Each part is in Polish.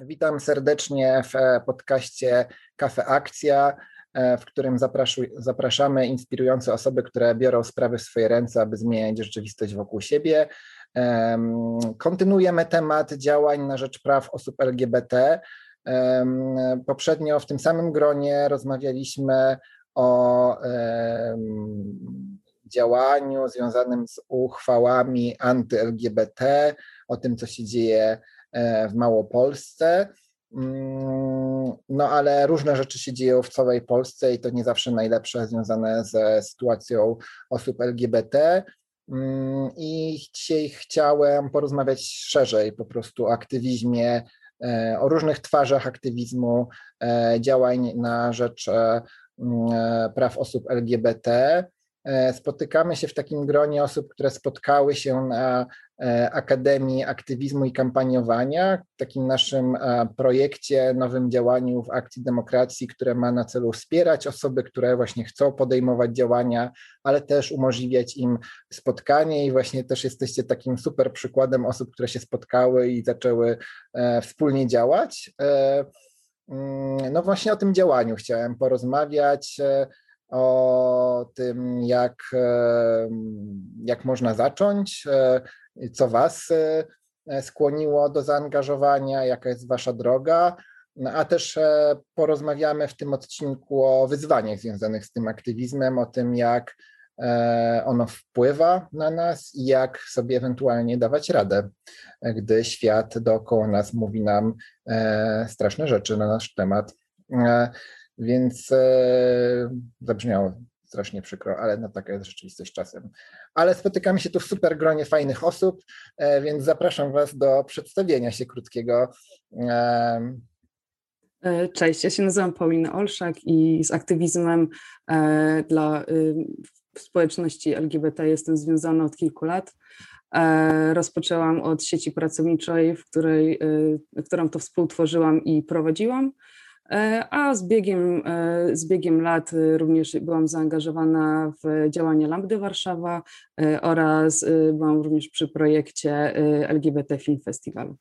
Witam serdecznie w podcaście Kafe Akcja, w którym zapraszamy inspirujące osoby, które biorą sprawy w swoje ręce, aby zmieniać rzeczywistość wokół siebie. Kontynuujemy temat działań na rzecz praw osób LGBT. Poprzednio w tym samym gronie rozmawialiśmy o działaniu związanym z uchwałami anty-LGBT, o tym, co się dzieje w Małopolsce. No ale różne rzeczy się dzieją w całej Polsce i to nie zawsze najlepsze, związane ze sytuacją osób LGBT. I dzisiaj chciałem porozmawiać szerzej po prostu o aktywizmie, o różnych twarzach aktywizmu, działań na rzecz praw osób LGBT. Spotykamy się w takim gronie osób, które spotkały się na Akademii Aktywizmu i Kampaniowania, takim naszym projekcie, nowym działaniu w Akcji Demokracji, które ma na celu wspierać osoby, które właśnie chcą podejmować działania, ale też umożliwiać im spotkanie i właśnie też jesteście takim super przykładem osób, które się spotkały i zaczęły wspólnie działać. No właśnie o tym działaniu chciałem porozmawiać, o tym, jak można zacząć, co Was skłoniło do zaangażowania, jaka jest Wasza droga, a też porozmawiamy w tym odcinku o wyzwaniach związanych z tym aktywizmem, o tym, jak ono wpływa na nas i jak sobie ewentualnie dawać radę, gdy świat dookoła nas mówi nam straszne rzeczy na nasz temat. Więc zabrzmiało strasznie przykro, ale no taka jest rzeczywistość czasem. Ale spotykamy się tu w super gronie fajnych osób, więc zapraszam Was do przedstawienia się krótkiego. Cześć, ja się nazywam Paulina Olszak i z aktywizmem dla społeczności LGBT jestem związana od kilku lat. Rozpoczęłam od sieci pracowniczej, którą to współtworzyłam i prowadziłam. A z biegiem lat również byłam zaangażowana w działania Lambdy Warszawa oraz byłam również przy projekcie LGBT Film Festival.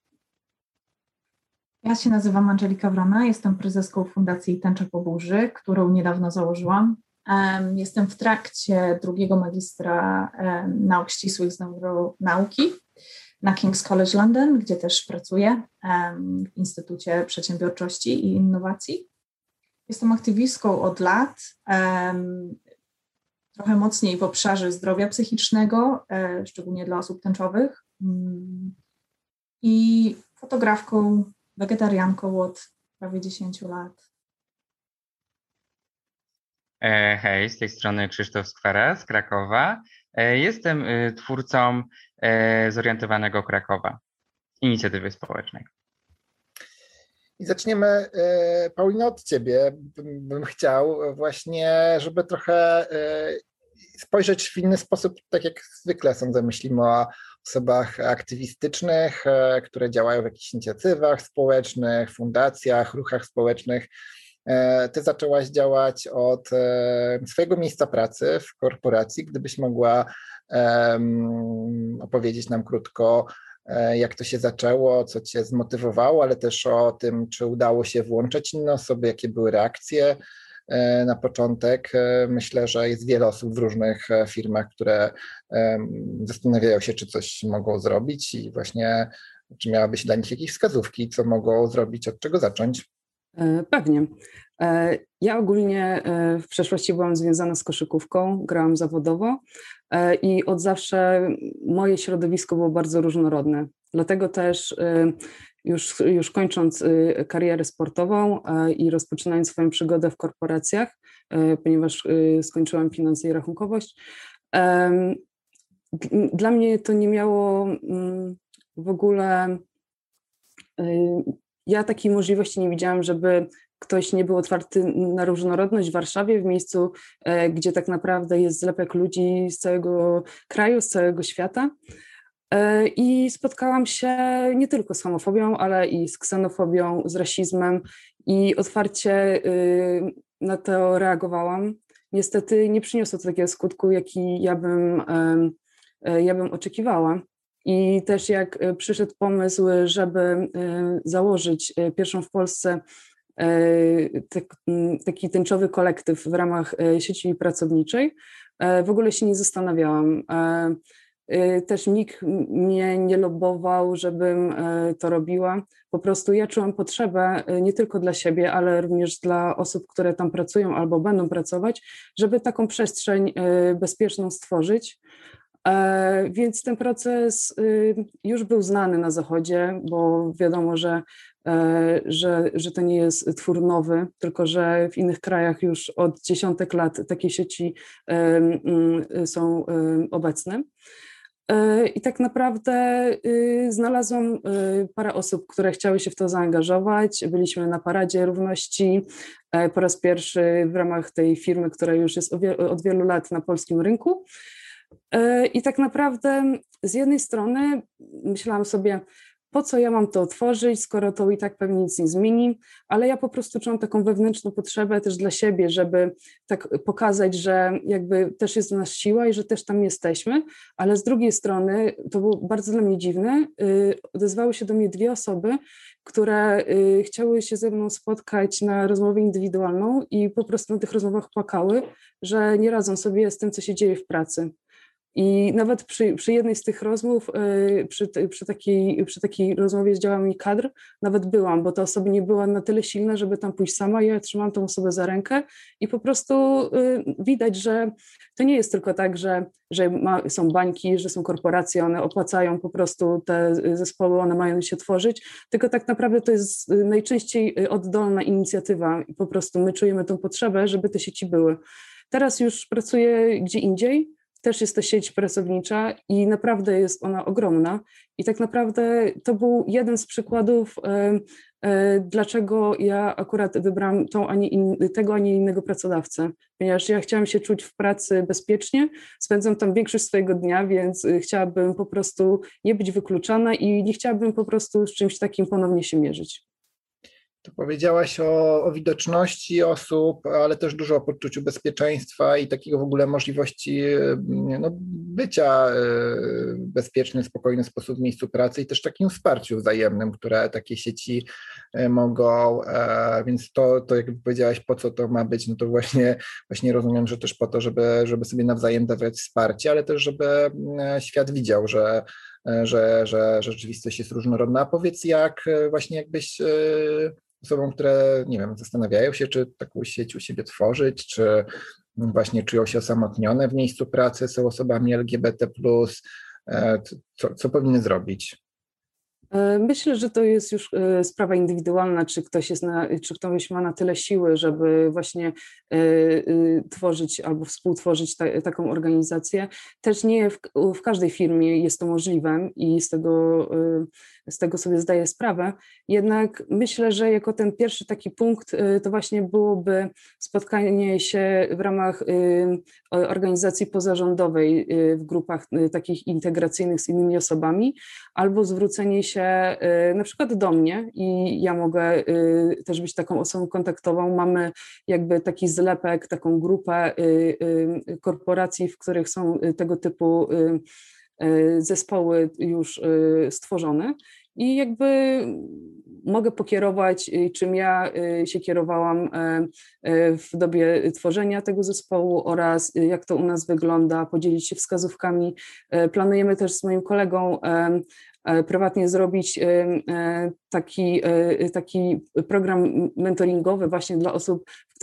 Ja się nazywam Angelika Wrona, jestem prezeską Fundacji Tęcza po burzy, którą niedawno założyłam. Jestem w trakcie drugiego magistra nauk ścisłych z neuronauki na King's College London, gdzie też pracuję w Instytucie Przedsiębiorczości i Innowacji. Jestem aktywistką od lat, trochę mocniej w obszarze zdrowia psychicznego, szczególnie dla osób tęczowych, i fotografką, wegetarianką od prawie 10 lat. Hej, z tej strony Krzysztof Skwera z Krakowa. Jestem twórcą Zorientowanego Krakowa, inicjatywy społecznej. I zaczniemy, Paulino, od Ciebie. Bym chciał właśnie, żeby trochę spojrzeć w inny sposób, tak jak zwykle sądzę, myślimy o osobach aktywistycznych, które działają w jakichś inicjatywach społecznych, fundacjach, ruchach społecznych. Ty zaczęłaś działać od swojego miejsca pracy w korporacji. Gdybyś mogła opowiedzieć nam krótko, jak to się zaczęło, co Cię zmotywowało, ale też o tym, czy udało się włączyć inne osoby, jakie były reakcje na początek. Myślę, że jest wiele osób w różnych firmach, które zastanawiają się, czy coś mogą zrobić i właśnie, czy miałabyś dla nich jakieś wskazówki, co mogą zrobić, od czego zacząć? Pewnie. Ja ogólnie w przeszłości byłam związana z koszykówką, grałam zawodowo i od zawsze moje środowisko było bardzo różnorodne. Dlatego też już kończąc karierę sportową i rozpoczynając swoją przygodę w korporacjach, ponieważ skończyłam finanse i rachunkowość, dla mnie to nie miało w ogóle... Ja takiej możliwości nie widziałam, żeby ktoś nie był otwarty na różnorodność w Warszawie, w miejscu, gdzie tak naprawdę jest zlepek ludzi z całego kraju, z całego świata. I spotkałam się nie tylko z homofobią, ale i z ksenofobią, z rasizmem i otwarcie na to reagowałam. Niestety nie przyniosło to takiego skutku, jaki ja bym oczekiwała. I też jak przyszedł pomysł, żeby założyć pierwszą w Polsce taki tęczowy kolektyw w ramach sieci pracowniczej, w ogóle się nie zastanawiałam. Też nikt mnie nie lobbował, żebym to robiła. Po prostu ja czułam potrzebę nie tylko dla siebie, ale również dla osób, które tam pracują albo będą pracować, żeby taką przestrzeń bezpieczną stworzyć. Więc ten proces już był znany na Zachodzie, bo wiadomo, że to nie jest twór nowy, tylko że w innych krajach już od dziesiątek lat takie sieci są obecne. I tak naprawdę znalazłam parę osób, które chciały się w to zaangażować. Byliśmy na Paradzie Równości po raz pierwszy w ramach tej firmy, która już jest od wielu lat na polskim rynku. I tak naprawdę z jednej strony myślałam sobie, po co ja mam to otworzyć, skoro to i tak pewnie nic nie zmieni, ale ja po prostu czułam taką wewnętrzną potrzebę też dla siebie, żeby tak pokazać, że jakby też jest w nas siła i że też tam jesteśmy, ale z drugiej strony, to było bardzo dla mnie dziwne, odezwały się do mnie dwie osoby, które chciały się ze mną spotkać na rozmowę indywidualną i po prostu na tych rozmowach płakały, że nie radzą sobie z tym, co się dzieje w pracy. I nawet przy jednej z tych rozmów, przy takiej rozmowie z działami kadr, nawet byłam, bo ta osoba nie była na tyle silna, żeby tam pójść sama. Ja trzymałam tą osobę za rękę i po prostu widać, że to nie jest tylko tak, że są bańki, że są korporacje, one opłacają po prostu te zespoły, one mają się tworzyć, tylko tak naprawdę to jest najczęściej oddolna inicjatywa i po prostu my czujemy tą potrzebę, żeby te sieci były. Teraz już pracuję gdzie indziej, też jest to sieć pracownicza i naprawdę jest ona ogromna i tak naprawdę to był jeden z przykładów, dlaczego ja akurat wybrałam tego, a nie innego pracodawcę, ponieważ ja chciałam się czuć w pracy bezpiecznie, spędzam tam większość swojego dnia, więc chciałabym po prostu nie być wykluczana i nie chciałabym po prostu z czymś takim ponownie się mierzyć. To powiedziałaś o widoczności osób, ale też dużo o poczuciu bezpieczeństwa i takiego w ogóle możliwości bycia w bezpieczny, spokojny sposób w miejscu pracy i też takim wsparciu wzajemnym, które takie sieci mogą, więc to jakby powiedziałaś, po co to ma być, no to właśnie rozumiem, że też po to, żeby sobie nawzajem dawać wsparcie, ale też żeby świat widział, że rzeczywistość jest różnorodna. A powiedz, jakbyś osobom, które, nie wiem, zastanawiają się, czy taką sieć u siebie tworzyć, czy właśnie czują się osamotnione w miejscu pracy, są osobami LGBT+, co powinny zrobić? Myślę, że to jest już sprawa indywidualna, czy ktoś ma na tyle siły, żeby właśnie tworzyć albo współtworzyć taką organizację. Też nie w każdej firmie jest to możliwe i z tego sobie zdaję sprawę. Jednak myślę, że jako ten pierwszy taki punkt to właśnie byłoby spotkanie się w ramach organizacji pozarządowej w grupach takich integracyjnych z innymi osobami, albo zwrócenie się na przykład do mnie i ja mogę też być taką osobą kontaktową. Mamy jakby taki zlepek, taką grupę korporacji, w których są tego typu zespoły już stworzone i jakby mogę pokierować, czym ja się kierowałam w dobie tworzenia tego zespołu oraz jak to u nas wygląda, podzielić się wskazówkami. Planujemy też z moim kolegą prywatnie zrobić taki program mentoringowy właśnie dla osób,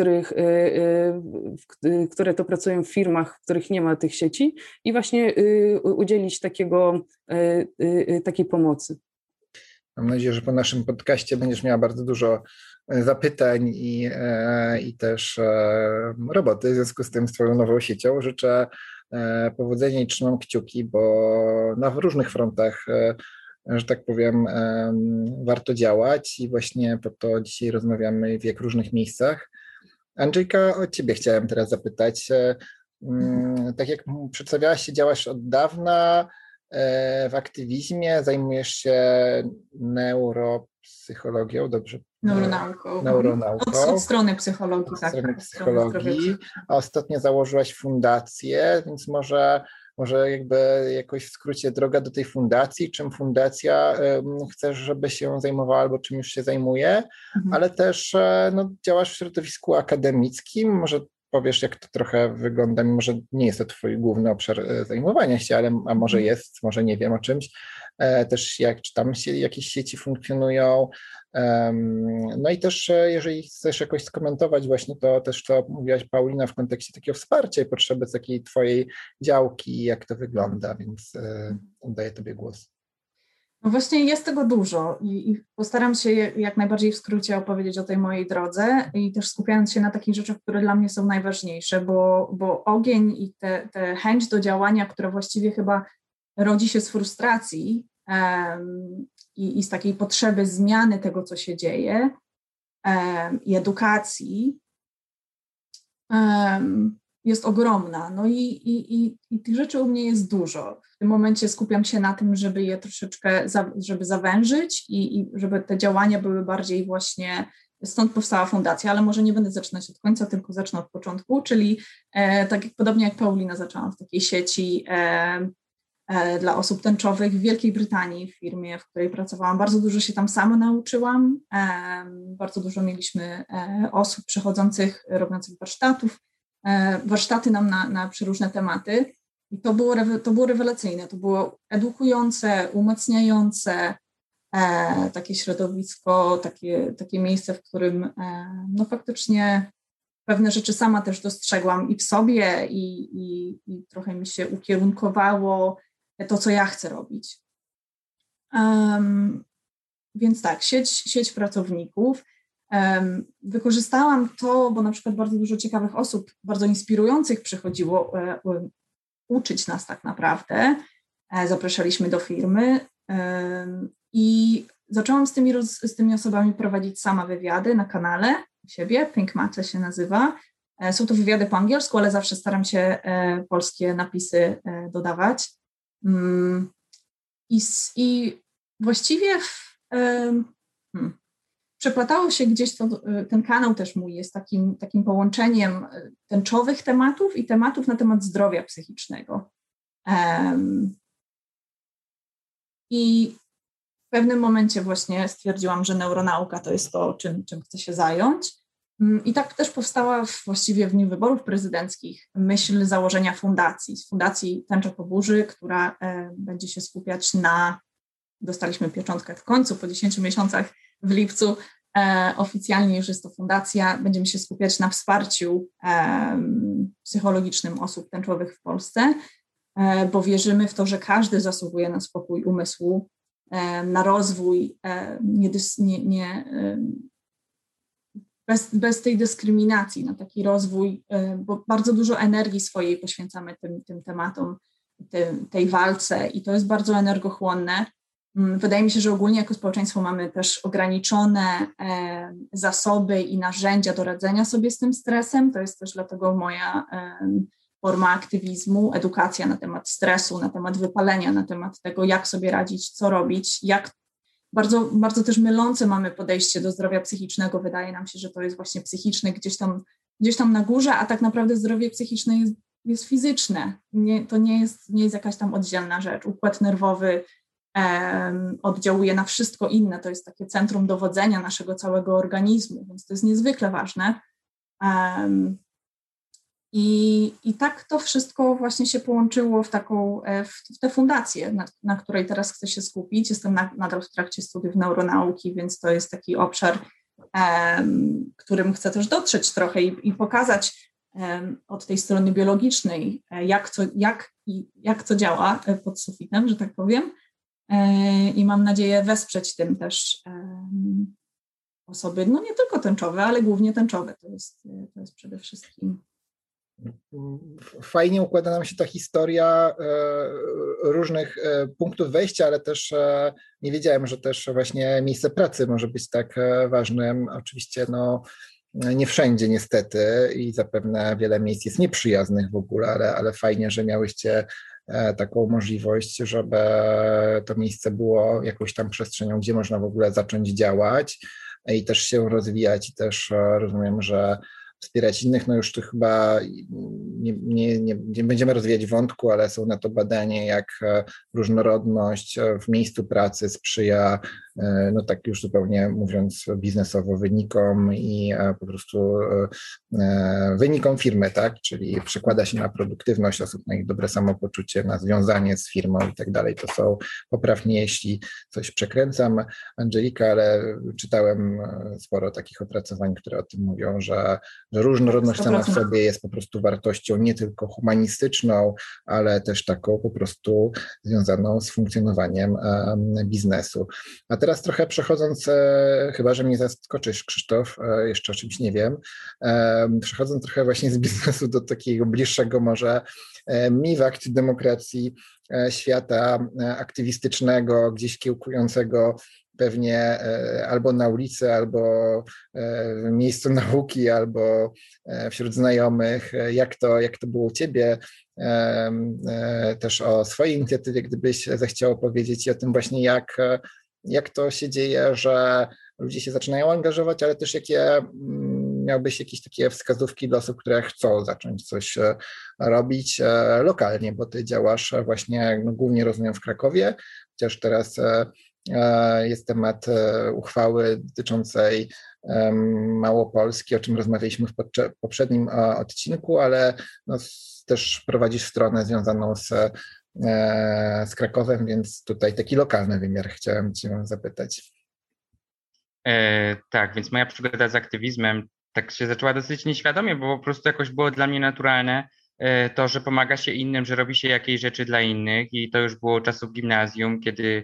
które to pracują w firmach, w których nie ma tych sieci i właśnie udzielić takiej pomocy. Mam nadzieję, że po naszym podcaście będziesz miała bardzo dużo zapytań i też roboty w związku z tym, z Twoją nową siecią. Życzę powodzenia i trzymam kciuki, bo na różnych frontach, że tak powiem, warto działać i właśnie po to dzisiaj rozmawiamy w jak różnych miejscach. Andrzejka, o Ciebie chciałem teraz zapytać. Tak jak przedstawiałaś się, działasz od dawna w aktywizmie, zajmujesz się neuropsychologią, dobrze? Neuronauką. Od strony psychologii, tak. Od strony psychologii, a ostatnio założyłaś fundację, więc może może jakby jakoś w skrócie droga do tej fundacji, czym fundacja chcesz, żeby się zajmowała albo czym już się zajmuje, ale też no, działasz w środowisku akademickim, może powiesz, jak to trochę wygląda, mimo że nie jest to twój główny obszar zajmowania się, ale a może jest, może nie wiem o czymś, też czy tam jakieś sieci funkcjonują. No i też, jeżeli chcesz jakoś skomentować właśnie to też, co mówiłaś, Paulina, w kontekście takiego wsparcia i potrzeby takiej twojej działki, jak to wygląda, więc oddaję tobie głos. No właśnie jest tego dużo i postaram się jak najbardziej w skrócie opowiedzieć o tej mojej drodze i też skupiając się na takich rzeczach, które dla mnie są najważniejsze, bo ogień i te chęć do działania, które właściwie chyba rodzi się z frustracji i z takiej potrzeby zmiany tego, co się dzieje i edukacji, jest ogromna. No i tych rzeczy u mnie jest dużo. W tym momencie skupiam się na tym, żeby je troszeczkę żeby zawężyć i żeby te działania były bardziej właśnie, stąd powstała fundacja, ale może nie będę zaczynać od końca, tylko zacznę od początku, czyli podobnie jak Paulina zaczęłam w takiej sieci dla osób tęczowych w Wielkiej Brytanii, w firmie, w której pracowałam. Bardzo dużo się tam sama nauczyłam, bardzo dużo mieliśmy osób przychodzących, robiących warsztaty nam na przeróżne tematy i to było rewelacyjne, to było edukujące, umacniające, takie środowisko, takie miejsce, w którym no faktycznie pewne rzeczy sama też dostrzegłam i w sobie i trochę mi się ukierunkowało to, co ja chcę robić. Więc tak, sieć pracowników. Wykorzystałam to, bo na przykład bardzo dużo ciekawych osób, bardzo inspirujących przychodziło uczyć nas tak naprawdę. Zapraszaliśmy do firmy i zaczęłam z tymi osobami prowadzić sama wywiady na kanale u siebie, Pink Matte się nazywa. Są to wywiady po angielsku, ale zawsze staram się polskie napisy dodawać. I właściwie przeplatało się gdzieś ten kanał też mój jest takim połączeniem tęczowych tematów i tematów na temat zdrowia psychicznego. I w pewnym momencie właśnie stwierdziłam, że neuronauka to jest to, czym chcę się zająć. I tak też powstała właściwie w dniu wyborów prezydenckich myśl założenia fundacji Tęcza po burzy, która będzie się skupiać dostaliśmy pieczątkę w końcu, po 10 miesiącach w lipcu, oficjalnie już jest to fundacja, będziemy się skupiać na wsparciu psychologicznym osób tęczowych w Polsce, bo wierzymy w to, że każdy zasługuje na spokój umysłu, na rozwój, bez tej dyskryminacji, na taki rozwój, bo bardzo dużo energii swojej poświęcamy tym tematom, tej walce i to jest bardzo energochłonne. Wydaje mi się, że ogólnie jako społeczeństwo mamy też ograniczone zasoby i narzędzia do radzenia sobie z tym stresem. To jest też dlatego moja forma aktywizmu, edukacja na temat stresu, na temat wypalenia, na temat tego, jak sobie radzić, co robić, bardzo, bardzo też mylące mamy podejście do zdrowia psychicznego. Wydaje nam się, że to jest właśnie psychiczne gdzieś tam na górze, a tak naprawdę zdrowie psychiczne jest fizyczne. To nie jest jakaś tam oddzielna rzecz. Układ nerwowy oddziałuje na wszystko inne. To jest takie centrum dowodzenia naszego całego organizmu, więc to jest niezwykle ważne. I tak to wszystko właśnie się połączyło w tę fundację, na której teraz chcę się skupić. Jestem nadal w trakcie studiów neuronauki, więc to jest taki obszar, którym chcę też dotrzeć trochę i pokazać od tej strony biologicznej, jak co działa pod sufitem, że tak powiem. I mam nadzieję wesprzeć tym też osoby, no nie tylko tęczowe, ale głównie tęczowe. To jest przede wszystkim. Fajnie układa nam się ta historia różnych punktów wejścia, ale też nie wiedziałem, że też właśnie miejsce pracy może być tak ważnym. Oczywiście nie wszędzie niestety i zapewne wiele miejsc jest nieprzyjaznych w ogóle, ale fajnie, że miałyście taką możliwość, żeby to miejsce było jakąś tam przestrzenią, gdzie można w ogóle zacząć działać i też się rozwijać i też rozumiem, że w wspierać innych. No już tu chyba nie będziemy rozwijać wątku, ale są na to badania, jak różnorodność w miejscu pracy sprzyja, no tak już zupełnie mówiąc biznesowo, wynikom i po prostu wynikom firmy, tak? Czyli przekłada się na produktywność osób, na ich dobre samopoczucie, na związanie z firmą i tak dalej. To są, poprawnie, jeśli coś przekręcam, Angelika, ale czytałem sporo takich opracowań, które o tym mówią, że różnorodność sama w sobie jest po prostu wartością nie tylko humanistyczną, ale też taką po prostu związaną z funkcjonowaniem biznesu. A teraz trochę przechodząc, chyba że mnie zaskoczysz, Krzysztof, jeszcze o czymś nie wiem, przechodząc trochę właśnie z biznesu do takiego bliższego może mi w akcji demokracji świata aktywistycznego, gdzieś kiełkującego pewnie albo na ulicy, albo w miejscu nauki, albo wśród znajomych. Jak to było u ciebie? Też o swojej inicjatywie, gdybyś zechciał powiedzieć i o tym właśnie, jak to się dzieje, że ludzie się zaczynają angażować, ale też jakie miałbyś jakieś takie wskazówki dla osób, które chcą zacząć coś robić lokalnie, bo ty działasz właśnie głównie, rozumiem, w Krakowie, chociaż teraz jest temat uchwały dotyczącej Małopolski, o czym rozmawialiśmy w poprzednim odcinku, ale no, też prowadzisz stronę związaną z Krakowem, więc tutaj taki lokalny wymiar chciałem cię zapytać. Tak, więc moja przygoda z aktywizmem tak się zaczęła dosyć nieświadomie, bo po prostu jakoś było dla mnie naturalne to, że pomaga się innym, że robi się jakieś rzeczy dla innych i to już było czasów gimnazjum, kiedy,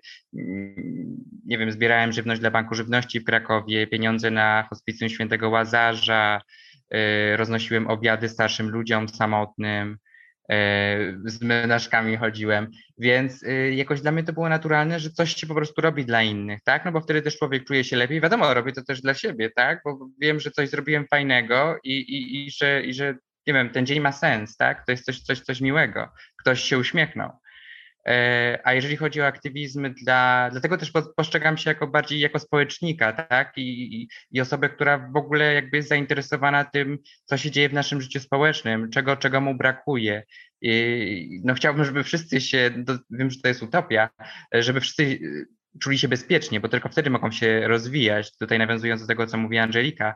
nie wiem, zbierałem żywność dla Banku Żywności w Krakowie, pieniądze na Hospicjum Świętego Łazarza, roznosiłem obiady starszym ludziom samotnym, z menażkami chodziłem, więc jakoś dla mnie to było naturalne, że coś się po prostu robi dla innych, tak? No bo wtedy też człowiek czuje się lepiej. Wiadomo, robię to też dla siebie, tak? Bo wiem, że coś zrobiłem fajnego i że nie wiem, ten dzień ma sens, tak? To jest coś miłego. Ktoś się uśmiechnął. A jeżeli chodzi o aktywizm, dlatego też postrzegam się bardziej jako społecznika, tak? I osobę, która w ogóle jakby jest zainteresowana tym, co się dzieje w naszym życiu społecznym, czego mu brakuje. No chciałbym, żeby wszyscy wiem, że to jest utopia, żeby wszyscy czuli się bezpiecznie, bo tylko wtedy mogą się rozwijać. Tutaj nawiązując do tego, co mówi Angelika.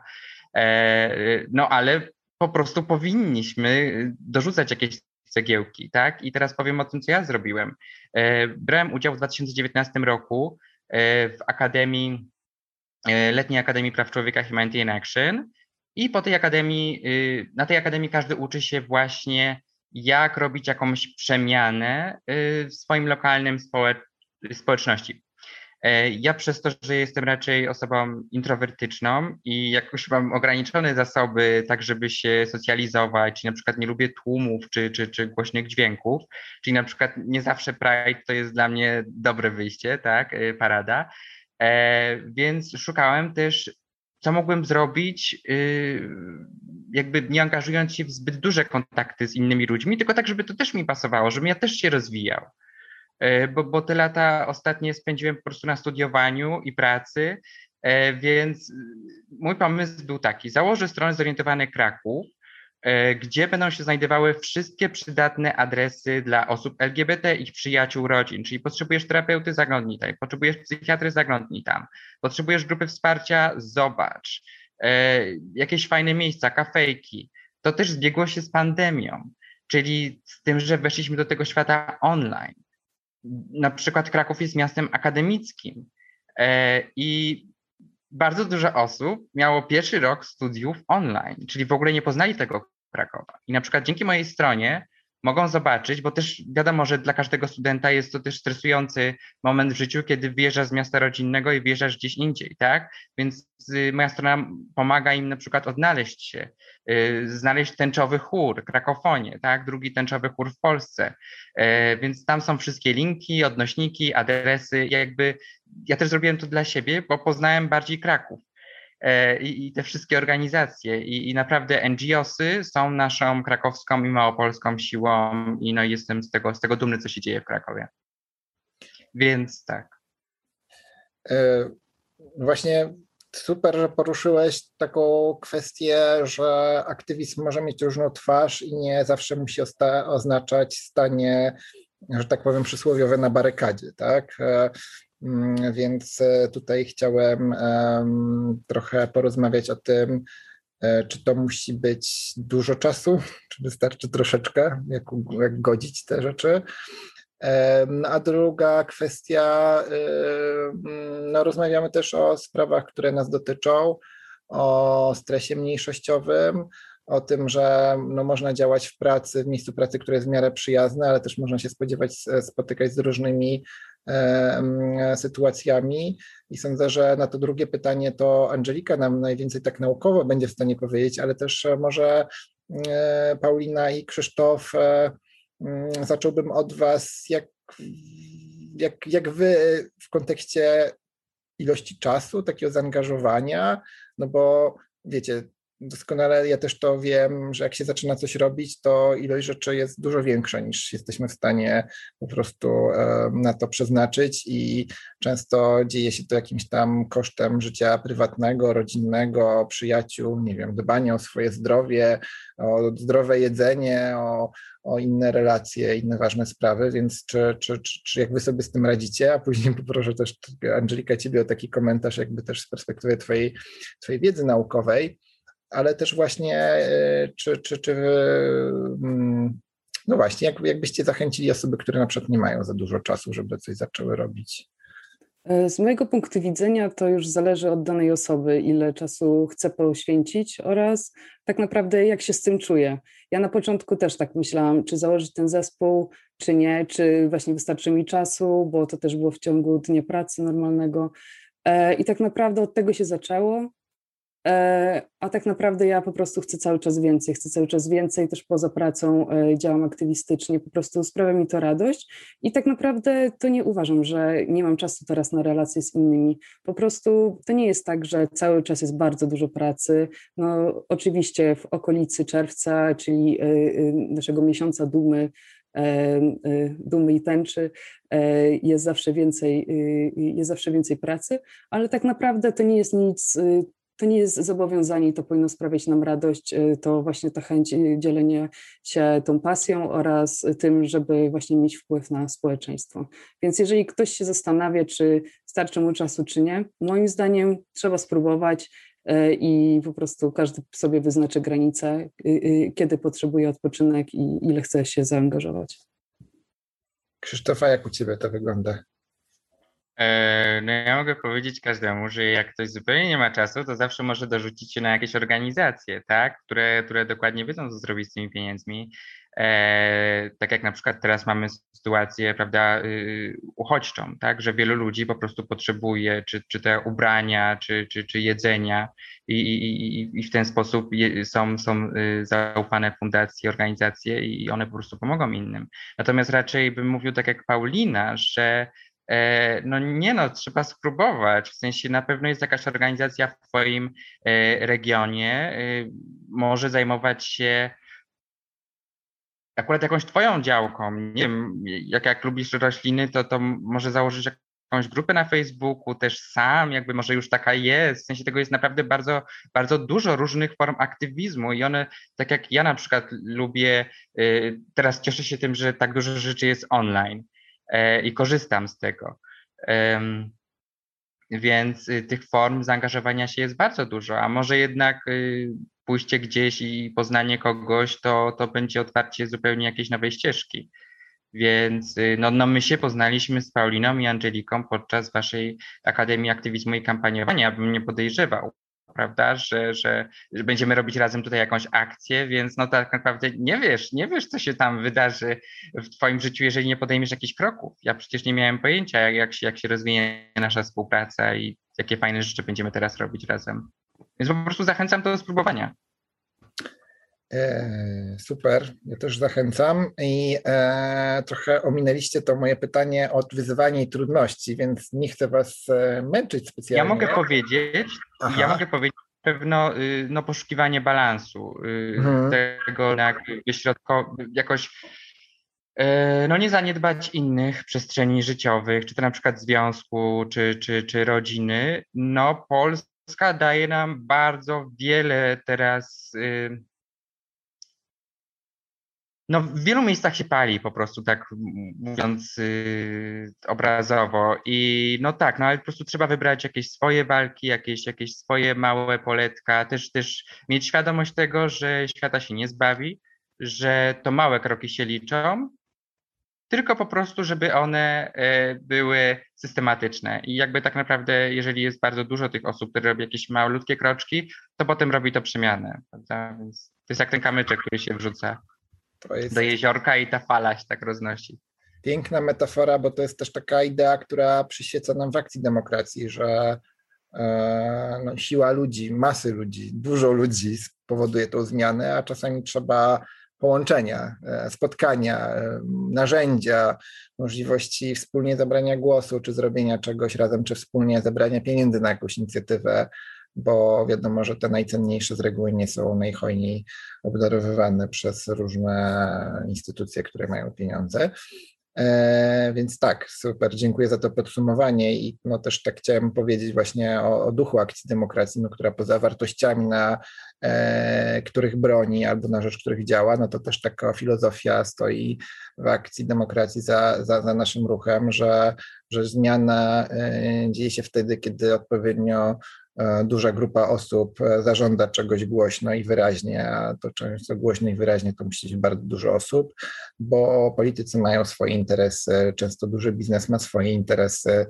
No ale po prostu powinniśmy dorzucać jakieś cegiełki, tak? I teraz powiem o tym, co ja zrobiłem. Brałem udział w 2019 roku w Akademii, Letniej Akademii Praw Człowieka Humanity in Action i po tej akademii, na tej akademii każdy uczy się właśnie, jak robić jakąś przemianę w swoim lokalnym społeczności. Ja przez to, że jestem raczej osobą introwertyczną i jakoś mam ograniczone zasoby, tak żeby się socjalizować, na przykład nie lubię tłumów czy głośnych dźwięków, czyli na przykład nie zawsze Pride to jest dla mnie dobre wyjście, tak, parada, więc szukałem też, co mogłem zrobić, jakby nie angażując się w zbyt duże kontakty z innymi ludźmi, tylko tak, żeby to też mi pasowało, żebym ja też się rozwijał. Bo te lata ostatnie spędziłem po prostu na studiowaniu i pracy, więc mój pomysł był taki: założę stronę Zorientowany Kraków, gdzie będą się znajdowały wszystkie przydatne adresy dla osób LGBT, ich przyjaciół, rodzin, czyli potrzebujesz terapeuty, zaglądnij tam, potrzebujesz psychiatry, zaglądnij tam, potrzebujesz grupy wsparcia, zobacz, jakieś fajne miejsca, kafejki. To też zbiegło się z pandemią, czyli z tym, że weszliśmy do tego świata online. Na przykład Kraków jest miastem akademickim i bardzo dużo osób miało pierwszy rok studiów online, czyli w ogóle nie poznali tego Krakowa. I na przykład dzięki mojej stronie mogą zobaczyć, bo też wiadomo, że dla każdego studenta jest to też stresujący moment w życiu, kiedy wyjeżdżasz z miasta rodzinnego i wyjeżdżasz gdzieś indziej, tak? Więc moja strona pomaga im na przykład odnaleźć się, znaleźć tęczowy chór, Krakofonię, tak? Drugi tęczowy chór w Polsce. Więc tam są wszystkie linki, odnośniki, adresy. Ja też zrobiłem to dla siebie, bo poznałem bardziej Kraków. I te wszystkie organizacje i naprawdę NGO-sy są naszą krakowską i małopolską siłą i no jestem z tego dumny, co się dzieje w Krakowie. Więc tak. Właśnie Super, że poruszyłeś taką kwestię, że aktywizm może mieć różną twarz i nie zawsze musi oznaczać stanie, że tak powiem, przysłowiowe na barykadzie, tak? Więc tutaj chciałem trochę porozmawiać o tym, czy to musi być dużo czasu, czy wystarczy troszeczkę, jak godzić te rzeczy. A druga kwestia, no rozmawiamy też o sprawach, które nas dotyczą, o stresie mniejszościowym, o tym, że no można działać w pracy, w miejscu pracy, które jest w miarę przyjazne, ale też można się spotykać z różnymi sytuacjami i sądzę, że na to drugie pytanie to Angelika nam najwięcej tak naukowo będzie w stanie powiedzieć, ale też może Paulina i Krzysztof. Zacząłbym od was, jak wy w kontekście ilości czasu, takiego zaangażowania, no bo wiecie, doskonale ja też to wiem, że jak się zaczyna coś robić, to ilość rzeczy jest dużo większa niż jesteśmy w stanie po prostu na to przeznaczyć i często dzieje się to jakimś tam kosztem życia prywatnego, rodzinnego, przyjaciół, nie wiem, dbania o swoje zdrowie, o zdrowe jedzenie, o inne relacje, inne ważne sprawy, więc czy jak wy sobie z tym radzicie, a później poproszę też Angelika ciebie o taki komentarz jakby też z perspektywy twojej wiedzy naukowej, ale też właśnie no właśnie, jakbyście zachęcili osoby, które na przykład nie mają za dużo czasu, żeby coś zaczęły robić? Z mojego punktu widzenia to już zależy od danej osoby, ile czasu chce poświęcić oraz tak naprawdę jak się z tym czuje. Ja na początku też tak myślałam, czy założyć ten zespół, czy nie, czy właśnie wystarczy mi czasu, bo to też było w ciągu dnia pracy normalnego. I tak naprawdę od tego się zaczęło. A tak naprawdę ja po prostu chcę cały czas więcej, też poza pracą działam aktywistycznie, po prostu sprawia mi to radość i tak naprawdę to nie uważam, że nie mam czasu teraz na relacje z innymi, po prostu to nie jest tak, że cały czas jest bardzo dużo pracy, no oczywiście w okolicy czerwca, czyli naszego miesiąca dumy i tęczy, jest zawsze więcej pracy, ale tak naprawdę to nie jest nic. To nie jest zobowiązanie, to powinno sprawiać nam radość, to właśnie ta chęć dzielenia się tą pasją oraz tym, żeby właśnie mieć wpływ na społeczeństwo. Więc jeżeli ktoś się zastanawia, czy starczy mu czasu, czy nie, moim zdaniem trzeba spróbować i po prostu każdy sobie wyznaczy granice, kiedy potrzebuje odpoczynek i ile chce się zaangażować. Krzysztofa, jak u ciebie to wygląda? No ja mogę powiedzieć każdemu, że jak ktoś zupełnie nie ma czasu, to zawsze może dorzucić się na jakieś organizacje, tak, które dokładnie wiedzą, co zrobić z tymi pieniędzmi. Tak jak na przykład teraz mamy sytuację, prawda, uchodźczą, tak, że wielu ludzi po prostu potrzebuje czy te ubrania, czy jedzenia i w ten sposób są zaufane fundacje, organizacje i one po prostu pomogą innym. Natomiast raczej bym mówił tak jak Paulina, że no nie no, trzeba spróbować, w sensie na pewno jest jakaś organizacja w twoim regionie, może zajmować się akurat jakąś twoją działką, nie wiem, jak lubisz rośliny, to może założyć jakąś grupę na Facebooku, też sam, jakby może już taka jest, w sensie tego jest naprawdę bardzo, bardzo dużo różnych form aktywizmu i one, tak jak ja na przykład lubię, teraz cieszę się tym, że tak dużo rzeczy jest online i korzystam z tego. Więc tych form zaangażowania się jest bardzo dużo, a może jednak pójście gdzieś i poznanie kogoś, to będzie otwarcie zupełnie jakiejś nowej ścieżki. Więc no my się poznaliśmy z Pauliną i Angeliką podczas waszej Akademii Aktywizmu i Kampaniowania, bym nie podejrzewał, prawda, że będziemy robić razem tutaj jakąś akcję, więc no tak naprawdę nie wiesz, co się tam wydarzy w twoim życiu, jeżeli nie podejmiesz jakichś kroków. Ja przecież nie miałem pojęcia, jak się rozwinie nasza współpraca i jakie fajne rzeczy będziemy teraz robić razem. Więc po prostu zachęcam do spróbowania. Super, ja też zachęcam i trochę ominęliście to moje pytanie o wyzwanie i trudności, więc nie chcę was męczyć specjalnie. Ja mogę powiedzieć pewno no, poszukiwanie balansu tego, jakoś no nie zaniedbać innych przestrzeni życiowych, czy to na przykład związku, czy rodziny. No Polska Polska daje nam bardzo wiele teraz, no w wielu miejscach się pali po prostu, tak mówiąc obrazowo i no tak, no ale po prostu trzeba wybrać jakieś swoje walki, jakieś swoje małe poletka, też mieć świadomość tego, że świata się nie zbawi, że to małe kroki się liczą, tylko po prostu, żeby one były systematyczne. I jakby tak naprawdę, jeżeli jest bardzo dużo tych osób, które robią jakieś malutkie kroczki, to potem robi to przemianę, prawda? Więc to jest jak ten kamyczek, który się wrzuca do jeziorka i ta fala się tak roznosi. Piękna metafora, bo to jest też taka idea, która przyświeca nam w akcji demokracji, że no, siła ludzi, masy ludzi, dużo ludzi spowoduje tą zmianę, a czasami trzeba połączenia, spotkania, narzędzia, możliwości wspólnie zabrania głosu, czy zrobienia czegoś razem, czy wspólnie zebrania pieniędzy na jakąś inicjatywę, bo wiadomo, że te najcenniejsze z reguły nie są najhojniej obdarowywane przez różne instytucje, które mają pieniądze. Więc tak, super, dziękuję za to podsumowanie i no też tak chciałem powiedzieć właśnie o duchu akcji demokracji, no, która poza wartościami, na których broni albo na rzecz których działa, no to też taka filozofia stoi w akcji demokracji za naszym ruchem, że zmiana dzieje się wtedy, kiedy odpowiednio duża grupa osób zażąda czegoś głośno i wyraźnie, a to często głośno i wyraźnie to musi być bardzo dużo osób, bo politycy mają swoje interesy, często duży biznes ma swoje interesy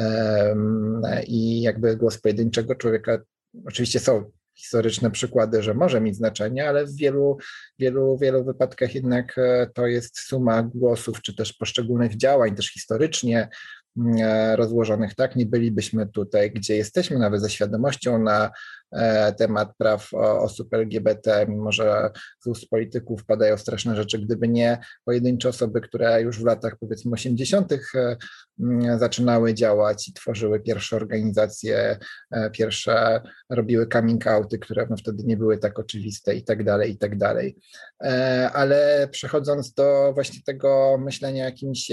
i jakby głos pojedynczego człowieka, oczywiście są historyczne przykłady, że może mieć znaczenie, ale w wielu wypadkach jednak to jest suma głosów, czy też poszczególnych działań, też historycznie rozłożonych, tak? Nie bylibyśmy tutaj, gdzie jesteśmy, nawet ze świadomością na temat praw osób LGBT, mimo że z ust polityków padają straszne rzeczy, gdyby nie pojedyncze osoby, które już w latach powiedzmy 80. zaczynały działać i tworzyły pierwsze organizacje, pierwsze robiły coming outy, które no wtedy nie były tak oczywiste i tak dalej, i tak dalej. Ale przechodząc do właśnie tego myślenia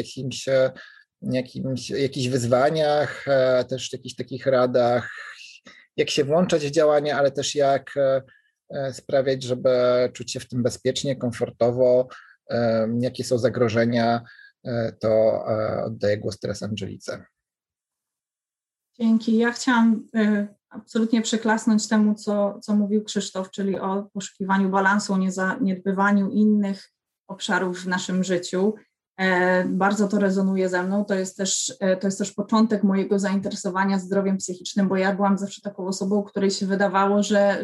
jakichś wyzwaniach, też jakichś takich radach, jak się włączać w działania, ale też jak sprawiać, żeby czuć się w tym bezpiecznie, komfortowo, jakie są zagrożenia, to oddaję głos teraz Angelice. Dzięki. Ja chciałam absolutnie przyklasnąć temu, co mówił Krzysztof, czyli o poszukiwaniu balansu, o niezaniedbywaniu innych obszarów w naszym życiu. Bardzo to rezonuje ze mną. To jest też początek mojego zainteresowania zdrowiem psychicznym, bo ja byłam zawsze taką osobą, której się wydawało, że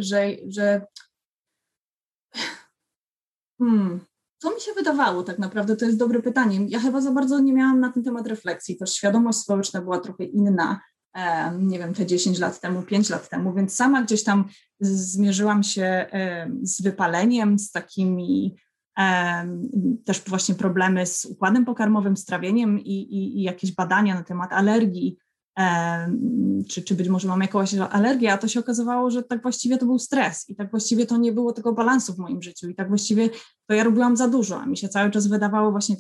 co mi się wydawało tak naprawdę? To jest dobre pytanie. Ja chyba za bardzo nie miałam na ten temat refleksji. Też świadomość społeczna była trochę inna, nie wiem, te 10 lat temu, 5 lat temu, więc sama gdzieś tam zmierzyłam się z wypaleniem, z takimi też właśnie problemy z układem pokarmowym, z trawieniem i jakieś badania na temat alergii, czy być może mam jakąś alergię, a to się okazywało, że tak właściwie to był stres i tak właściwie to nie było tego balansu w moim życiu i tak właściwie to ja robiłam za dużo, a mi się cały czas wydawało właśnie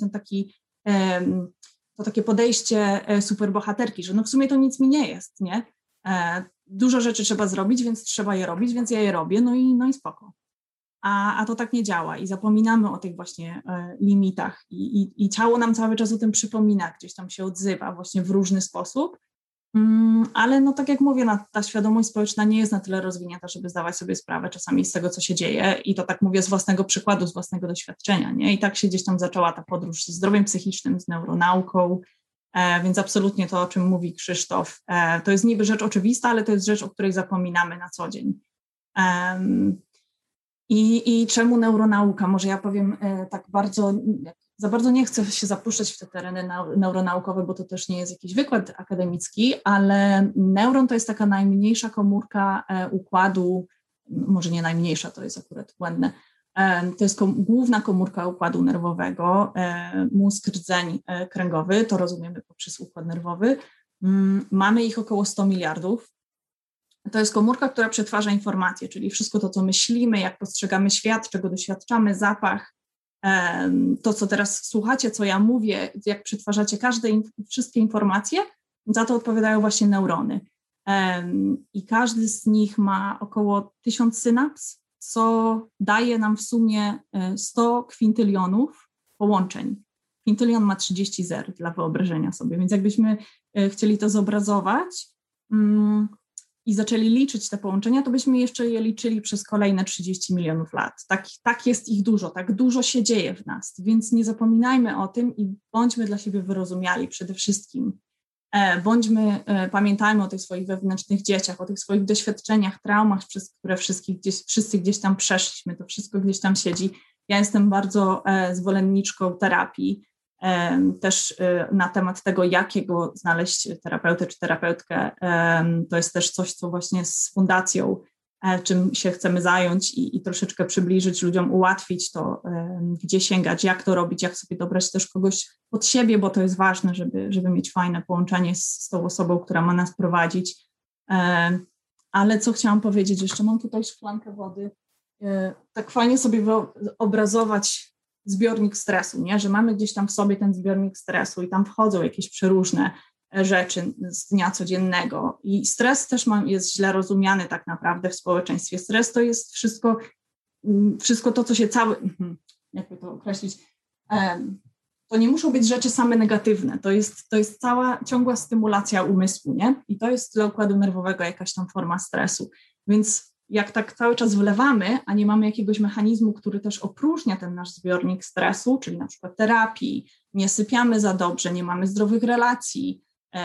to takie podejście superbohaterki, że no w sumie to nic mi nie jest, nie? Dużo rzeczy trzeba zrobić, więc trzeba je robić, więc ja je robię, no i spoko. A to tak nie działa i zapominamy o tych właśnie limitach i ciało nam cały czas o tym przypomina, gdzieś tam się odzywa właśnie w różny sposób, ale no tak jak mówię, ta świadomość społeczna nie jest na tyle rozwinięta, żeby zdawać sobie sprawę czasami z tego, co się dzieje i to tak mówię z własnego przykładu, z własnego doświadczenia, nie? I tak się gdzieś tam zaczęła ta podróż ze zdrowiem psychicznym, z neuronauką, więc absolutnie to, o czym mówi Krzysztof, to jest niby rzecz oczywista, ale to jest rzecz, o której zapominamy na co dzień. I czemu neuronauka? Może ja powiem tak za bardzo nie chcę się zapuszczać w te tereny neuronaukowe, bo to też nie jest jakiś wykład akademicki, ale neuron to jest taka najmniejsza komórka układu, może nie najmniejsza, to jest akurat błędne, to jest główna komórka układu nerwowego, mózg, rdzeń kręgowy, to rozumiemy poprzez układ nerwowy. Mamy ich około 100 miliardów. To jest komórka, która przetwarza informacje, czyli wszystko to, co myślimy, jak postrzegamy świat, czego doświadczamy, zapach, to, co teraz słuchacie, co ja mówię, jak przetwarzacie wszystkie informacje, za to odpowiadają właśnie neurony. i każdy z nich ma około 1000 synaps, co daje nam w sumie 100 kwintylionów połączeń. Kwintylion ma 30 zer dla wyobrażenia sobie, więc jakbyśmy chcieli to zobrazować i zaczęli liczyć te połączenia, to byśmy jeszcze je liczyli przez kolejne 30 milionów lat. Tak jest ich dużo, tak dużo się dzieje w nas, więc nie zapominajmy o tym i bądźmy dla siebie wyrozumiali przede wszystkim. Pamiętajmy o tych swoich wewnętrznych dzieciach, o tych swoich doświadczeniach, traumach, przez które wszyscy gdzieś tam przeszliśmy, to wszystko gdzieś tam siedzi. Ja jestem bardzo zwolenniczką terapii, też na temat tego, jakiego znaleźć terapeutę czy terapeutkę. To jest też coś, co właśnie z fundacją, czym się chcemy zająć i troszeczkę przybliżyć ludziom, ułatwić to, gdzie sięgać, jak to robić, jak sobie dobrać też kogoś pod siebie, bo to jest ważne, żeby mieć fajne połączenie z tą osobą, która ma nas prowadzić. Ale co chciałam powiedzieć, jeszcze mam tutaj szklankę wody. Tak fajnie sobie obrazować zbiornik stresu, nie? Że mamy gdzieś tam w sobie ten zbiornik stresu i tam wchodzą jakieś przeróżne rzeczy z dnia codziennego i stres też jest źle rozumiany tak naprawdę w społeczeństwie. Stres to jest wszystko to, co się jakby to określić, to nie muszą być rzeczy same negatywne, to jest cała ciągła stymulacja umysłu, nie? I to jest dla układu nerwowego jakaś tam forma stresu, więc jak tak cały czas wlewamy, a nie mamy jakiegoś mechanizmu, który też opróżnia ten nasz zbiornik stresu, czyli na przykład terapii, nie sypiamy za dobrze, nie mamy zdrowych relacji,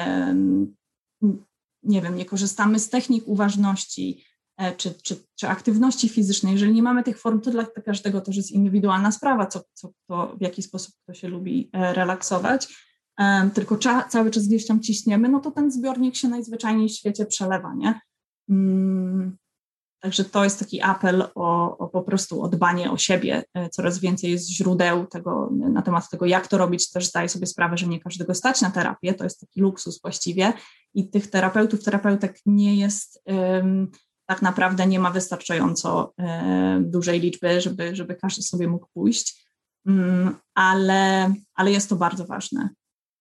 nie wiem, nie korzystamy z technik uważności czy aktywności fizycznej. Jeżeli nie mamy tych form, to dla każdego też jest indywidualna sprawa, w jaki sposób kto się lubi relaksować, tylko cały czas gdzieś tam ciśniemy, no to ten zbiornik się najzwyczajniej w świecie przelewa, nie? Także to jest taki apel o po prostu o dbanie o siebie. Coraz więcej jest źródeł na temat tego, jak to robić. Też zdaję sobie sprawę, że nie każdego stać na terapię, to jest taki luksus właściwie i tych terapeutek nie jest, tak naprawdę nie ma wystarczająco dużej liczby, żeby każdy sobie mógł pójść, ale jest to bardzo ważne.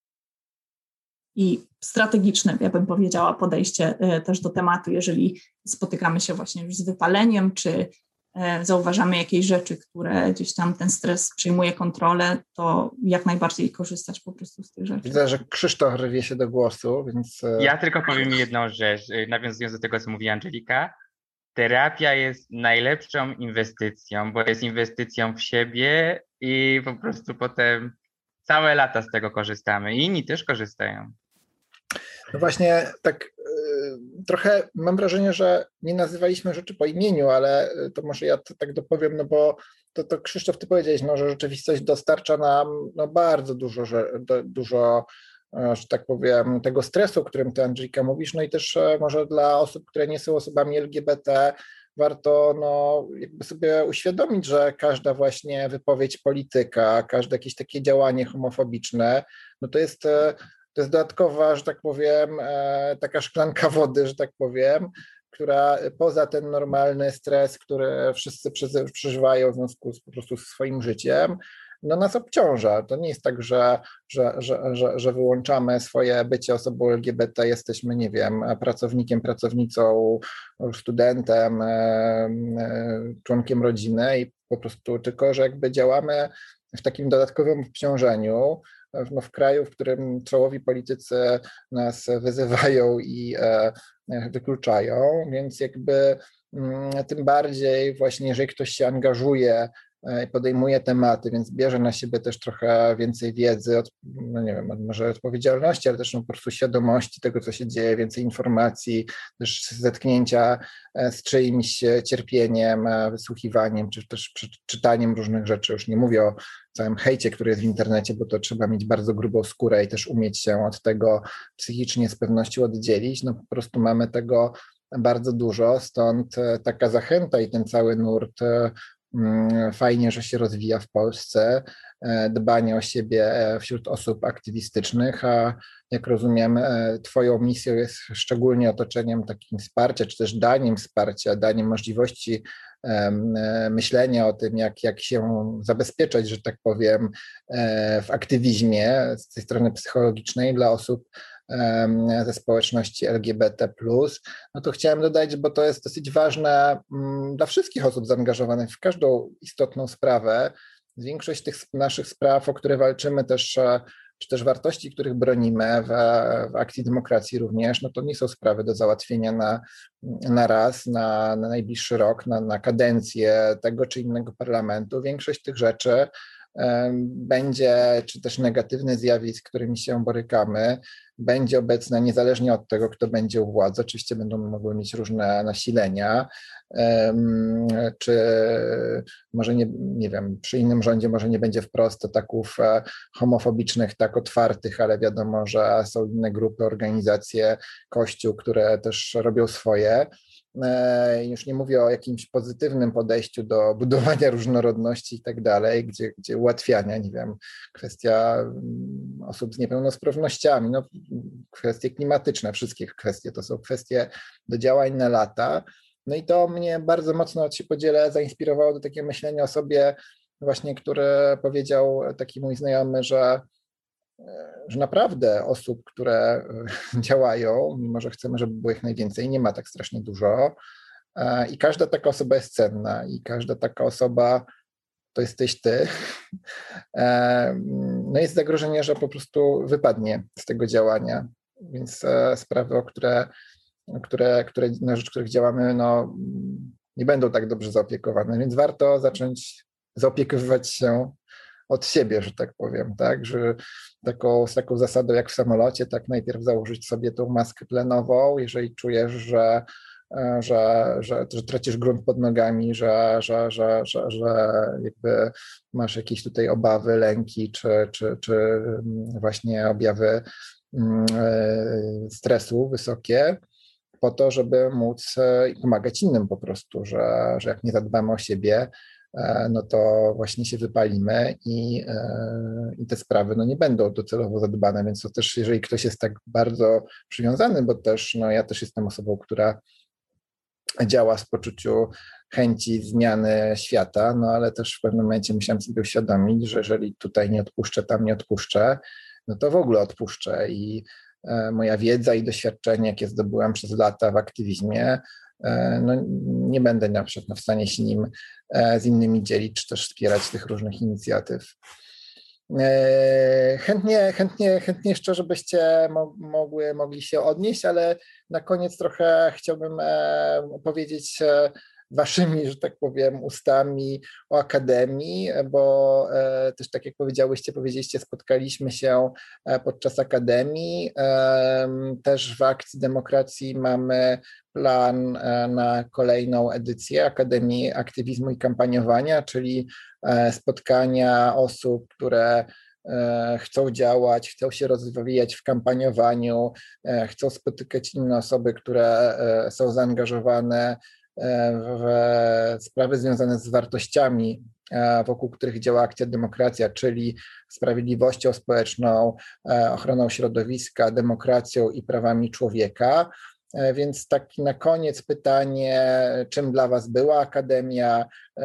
I strategiczne, ja bym powiedziała, podejście też do tematu, jeżeli spotykamy się właśnie już z wypaleniem, czy zauważamy jakieś rzeczy, które gdzieś tam ten stres przyjmuje kontrolę, to jak najbardziej korzystać po prostu z tych rzeczy. Widzę, że Krzysztof rwie się do głosu, więc... Ja tylko powiem jedną rzecz, nawiązując do tego, co mówi Angelika. Terapia jest najlepszą inwestycją, bo jest inwestycją w siebie i po prostu potem całe lata z tego korzystamy i inni też korzystają. No właśnie tak trochę mam wrażenie, że nie nazywaliśmy rzeczy po imieniu, ale to może ja to tak dopowiem, no bo to Krzysztof, ty powiedziałeś, no, że rzeczywistość dostarcza nam bardzo dużo, że tak powiem, tego stresu, o którym ty, Angelika, mówisz, no i też może dla osób, które nie są osobami LGBT, warto jakby sobie uświadomić, że każda właśnie wypowiedź polityka, każde jakieś takie działanie homofobiczne, no to jest dodatkowa, że tak powiem, taka szklanka wody, że tak powiem, która poza ten normalny stres, który wszyscy przeżywają w związku po prostu z swoim życiem, no nas obciąża. To nie jest tak, że wyłączamy swoje bycie osobą LGBT, jesteśmy, nie wiem, pracownikiem, pracownicą, studentem, członkiem rodziny i po prostu tylko, że jakby działamy w takim dodatkowym obciążeniu, w kraju, w którym czołowi politycy nas wyzywają i wykluczają, więc jakby tym bardziej właśnie, jeżeli ktoś się angażuje i podejmuje tematy, więc bierze na siebie też trochę więcej wiedzy, no nie wiem, może odpowiedzialności, ale też po prostu świadomości tego, co się dzieje, więcej informacji, też zetknięcia z czyimś cierpieniem, wysłuchiwaniem, czy też czytaniem różnych rzeczy. Już nie mówię o całym hejcie, który jest w internecie, bo to trzeba mieć bardzo grubą skórę i też umieć się od tego psychicznie z pewnością oddzielić. No po prostu mamy tego bardzo dużo, stąd taka zachęta i ten cały nurt fajnie, że się rozwija w Polsce, dbanie o siebie wśród osób aktywistycznych, a jak rozumiem, twoją misją jest szczególnie otoczeniem takim wsparcia, czy też daniem wsparcia, daniem możliwości myślenia o tym, jak się zabezpieczać, że tak powiem, w aktywizmie z tej strony psychologicznej dla osób ze społeczności LGBT+. No to chciałem dodać, bo to jest dosyć ważne dla wszystkich osób zaangażowanych w każdą istotną sprawę. Większość tych naszych spraw, o które walczymy też, czy też wartości, których bronimy w akcji demokracji również, no to nie są sprawy do załatwienia na raz, na najbliższy rok, na kadencję tego czy innego parlamentu. Większość tych rzeczy będzie, czy też negatywnych zjawisk, z którymi się borykamy, będzie obecna niezależnie od tego, kto będzie u władzy. Oczywiście będą mogły mieć różne nasilenia, czy może nie wiem, przy innym rządzie może nie będzie wprost ataków homofobicznych tak otwartych, ale wiadomo, że są inne grupy, organizacje, Kościół, które też robią swoje. Już nie mówię o jakimś pozytywnym podejściu do budowania różnorodności i tak dalej, gdzie ułatwiania, nie wiem, kwestia osób z niepełnosprawnościami, no, kwestie klimatyczne, wszystkie kwestie, to są kwestie do działań na lata. No i to mnie bardzo mocno, się podzielę, zainspirowało do takiego myślenia o sobie właśnie, który powiedział taki mój znajomy, że naprawdę osób, które działają, mimo że chcemy, żeby było ich najwięcej, nie ma tak strasznie dużo i każda taka osoba jest cenna i każda taka osoba to jesteś ty. No jest zagrożenie, że po prostu wypadnie z tego działania, więc sprawy, na rzecz których działamy, no, nie będą tak dobrze zaopiekowane, więc warto zacząć zaopiekowywać się od siebie, że tak powiem, tak, że z taką zasadą jak w samolocie, tak najpierw założyć sobie tą maskę tlenową, jeżeli czujesz, że tracisz grunt pod nogami, że jakby masz jakieś tutaj obawy, lęki, czy właśnie objawy stresu wysokie, po to, żeby móc pomagać innym po prostu, że jak nie zadbamy o siebie, no to właśnie się wypalimy i te sprawy no nie będą docelowo zadbane, więc to też, jeżeli ktoś jest tak bardzo przywiązany, bo też no ja też jestem osobą, która działa w poczuciu chęci zmiany świata, no ale też w pewnym momencie musiałem sobie uświadomić, że jeżeli tutaj nie odpuszczę, tam nie odpuszczę, no to w ogóle odpuszczę i moja wiedza i doświadczenie, jakie zdobyłam przez lata w aktywizmie, no nie będę na przykład w stanie się nim z innymi dzielić, czy też wspierać tych różnych inicjatyw. Chętnie jeszcze, żebyście mogli się odnieść, ale na koniec trochę chciałbym opowiedzieć waszymi, że tak powiem, ustami o Akademii, bo też tak jak powiedzieliście, spotkaliśmy się podczas Akademii. Też w Akcji Demokracji mamy plan na kolejną edycję Akademii Aktywizmu i Kampaniowania, czyli spotkania osób, które chcą działać, chcą się rozwijać w kampaniowaniu, chcą spotykać inne osoby, które są zaangażowane w sprawy związane z wartościami, wokół których działa Akcja Demokracja, czyli sprawiedliwością społeczną, ochroną środowiska, demokracją i prawami człowieka. Więc taki na koniec pytanie, czym dla was była Akademia,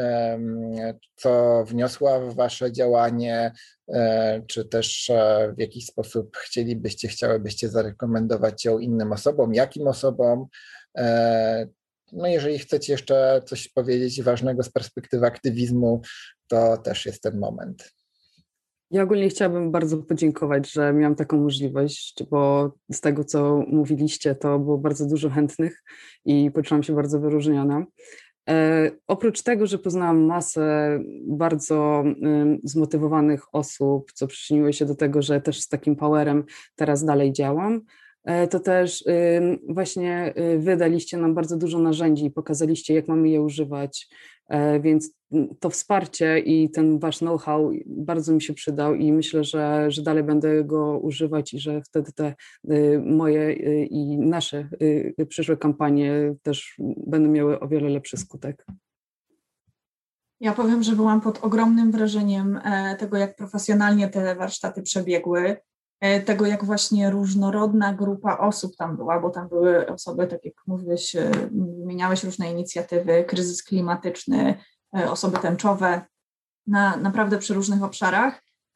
co wniosła w wasze działanie, czy też w jakiś sposób chciałybyście zarekomendować ją innym osobom, jakim osobom? No jeżeli chcecie jeszcze coś powiedzieć ważnego z perspektywy aktywizmu, to też jest ten moment. Ja ogólnie chciałabym bardzo podziękować, że miałam taką możliwość, bo z tego, co mówiliście, to było bardzo dużo chętnych i poczułam się bardzo wyróżniona. Oprócz tego, że poznałam masę bardzo zmotywowanych osób, co przyczyniło się do tego, że też z takim powerem teraz dalej działam, to też właśnie wy daliście nam bardzo dużo narzędzi i pokazaliście, jak mamy je używać, więc to wsparcie i ten wasz know-how bardzo mi się przydał i myślę, że dalej będę go używać i że wtedy te moje i nasze przyszłe kampanie też będą miały o wiele lepszy skutek. Ja powiem, że byłam pod ogromnym wrażeniem tego, jak profesjonalnie te warsztaty przebiegły, tego, jak właśnie różnorodna grupa osób tam była, bo tam były osoby, tak jak mówiłeś, wymieniałeś różne inicjatywy, kryzys klimatyczny, osoby tęczowe, naprawdę przy różnych obszarach.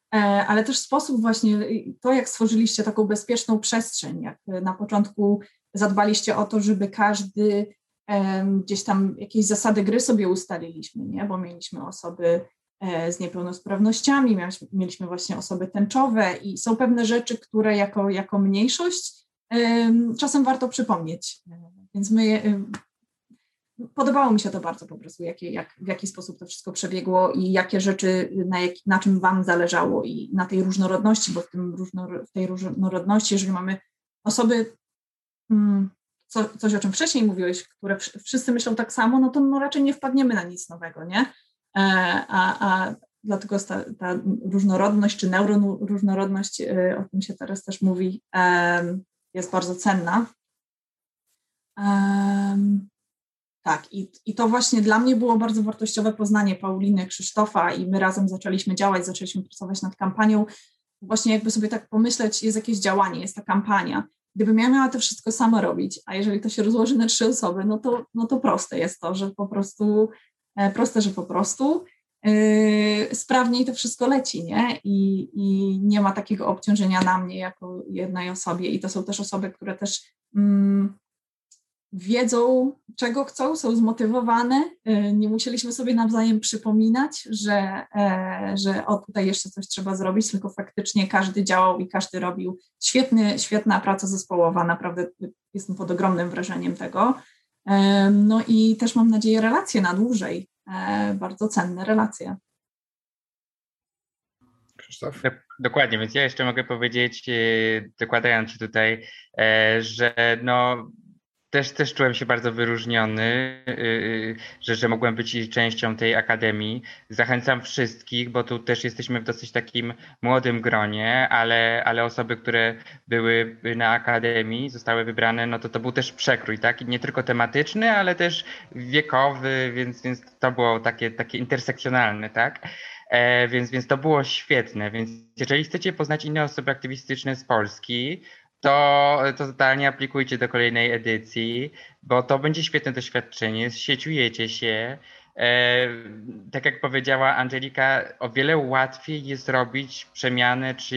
ale też sposób właśnie, to jak stworzyliście taką bezpieczną przestrzeń, jak na początku zadbaliście o to, żeby każdy gdzieś tam jakieś zasady gry sobie ustaliliśmy, nie? Bo mieliśmy osoby z niepełnosprawnościami, mieliśmy właśnie osoby tęczowe i są pewne rzeczy, które jako mniejszość czasem warto przypomnieć. Więc podobało mi się to bardzo po prostu, w jaki sposób to wszystko przebiegło i jakie rzeczy, na czym wam zależało i na tej różnorodności, bo w tej różnorodności, jeżeli mamy osoby, coś o czym wcześniej mówiłeś, które wszyscy myślą tak samo, no to raczej nie wpadniemy na nic nowego, nie? A dlatego ta różnorodność czy neuroróżnorodność, o tym się teraz też mówi, jest bardzo cenna. Tak, i to właśnie dla mnie było bardzo wartościowe poznanie Pauliny, Krzysztofa i my razem zaczęliśmy działać, zaczęliśmy pracować nad kampanią. Właśnie jakby sobie tak pomyśleć, jest jakieś działanie, jest ta kampania. Gdybym ja miała to wszystko sama robić, a jeżeli to się rozłoży na 3 osoby, no to proste jest to, że po prostu, sprawniej to wszystko leci, nie? I nie ma takiego obciążenia na mnie jako jednej osobie i to są też osoby, które też wiedzą, czego chcą, są zmotywowane. Nie musieliśmy sobie nawzajem przypominać, że tutaj jeszcze coś trzeba zrobić, tylko faktycznie każdy działał i każdy robił. Świetna praca zespołowa, naprawdę jestem pod ogromnym wrażeniem tego. No i też mam nadzieję relacje na dłużej, bardzo cenne relacje. Krzysztof? Dokładnie, więc ja jeszcze mogę powiedzieć, dokładając się tutaj, że no też czułem się bardzo wyróżniony, że mogłem być częścią tej akademii. Zachęcam wszystkich, bo tu też jesteśmy w dosyć takim młodym gronie, ale osoby, które były na akademii, zostały wybrane, no to był też przekrój, tak? I nie tylko tematyczny, ale też wiekowy, więc to było takie intersekcjonalne, tak? Więc to było świetne. Więc jeżeli chcecie poznać inne osoby aktywistyczne z Polski, to totalnie aplikujcie do kolejnej edycji, bo to będzie świetne doświadczenie, zsieciujecie się. Tak jak powiedziała Angelika, o wiele łatwiej jest zrobić przemianę czy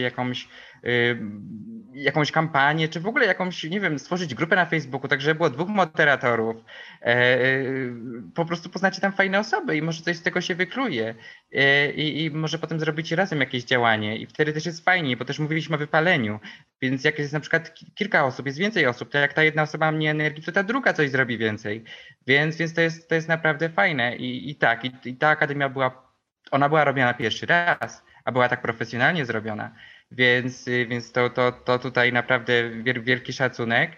jakąś kampanię, czy w ogóle jakąś, nie wiem, stworzyć grupę na Facebooku, tak żeby było 2 moderatorów. Po prostu poznacie tam fajne osoby i może coś z tego się wykluje. I może potem zrobicie razem jakieś działanie i wtedy też jest fajniej, bo też mówiliśmy o wypaleniu, więc jak jest na przykład kilka osób, jest więcej osób, to jak ta jedna osoba ma mniej energii, to ta druga coś zrobi więcej, więc to jest naprawdę fajne i ta akademia była robiona pierwszy raz, a była tak profesjonalnie zrobiona, więc to tutaj naprawdę wielki szacunek.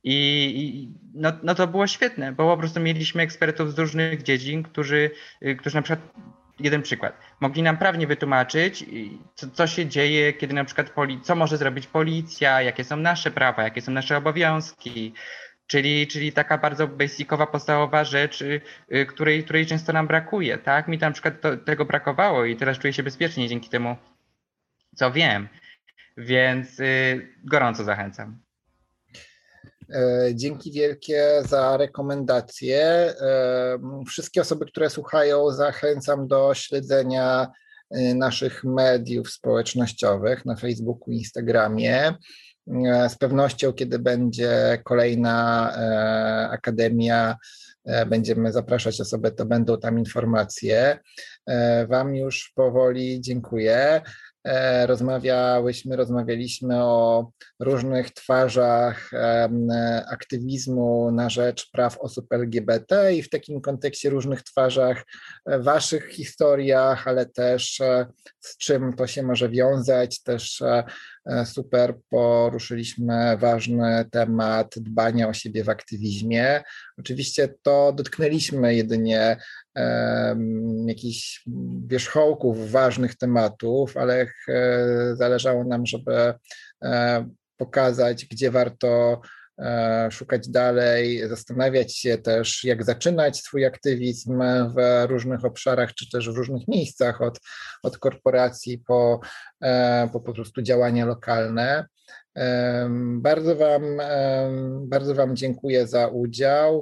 No to było świetne, bo po prostu mieliśmy ekspertów z różnych dziedzin, którzy na przykład, jeden przykład, mogli nam prawnie wytłumaczyć, co się dzieje, kiedy na przykład co może zrobić policja, jakie są nasze prawa, jakie są nasze obowiązki, czyli taka bardzo basicowa, podstawowa rzecz, której często nam brakuje, tak? Mi tam na przykład tego brakowało i teraz czuję się bezpiecznie dzięki temu, co wiem, więc gorąco zachęcam. Dzięki wielkie za rekomendacje. Wszystkie osoby, które słuchają, zachęcam do śledzenia naszych mediów społecznościowych na Facebooku, Instagramie. Z pewnością, kiedy będzie kolejna akademia, będziemy zapraszać osoby, to będą tam informacje. Wam już powoli dziękuję. Rozmawialiśmy o różnych twarzach aktywizmu na rzecz praw osób LGBT i w takim kontekście różnych twarzach waszych historiach, ale też z czym to się może wiązać. Też super poruszyliśmy ważny temat dbania o siebie w aktywizmie. Oczywiście to dotknęliśmy jedynie jakichś wierzchołków ważnych tematów, ale zależało nam, żeby pokazać, gdzie warto szukać dalej, zastanawiać się też, jak zaczynać swój aktywizm w różnych obszarach, czy też w różnych miejscach, od korporacji po prostu działania lokalne. Bardzo wam dziękuję za udział.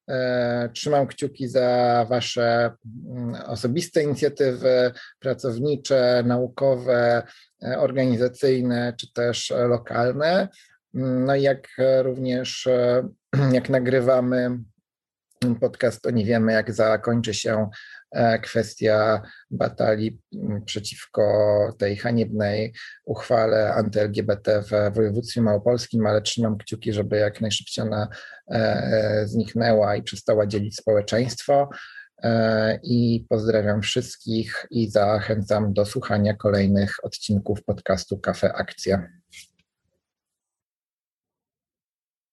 Trzymam kciuki za Wasze osobiste inicjatywy pracownicze, naukowe, organizacyjne czy też lokalne. No i jak również jak nagrywamy podcast, to nie wiemy, jak zakończy się kwestia batalii przeciwko tej haniebnej uchwale anty-LGBT w województwie małopolskim, ale trzymam kciuki, żeby jak najszybciej ona zniknęła i przestała dzielić społeczeństwo. I pozdrawiam wszystkich i zachęcam do słuchania kolejnych odcinków podcastu Cafe Akcja.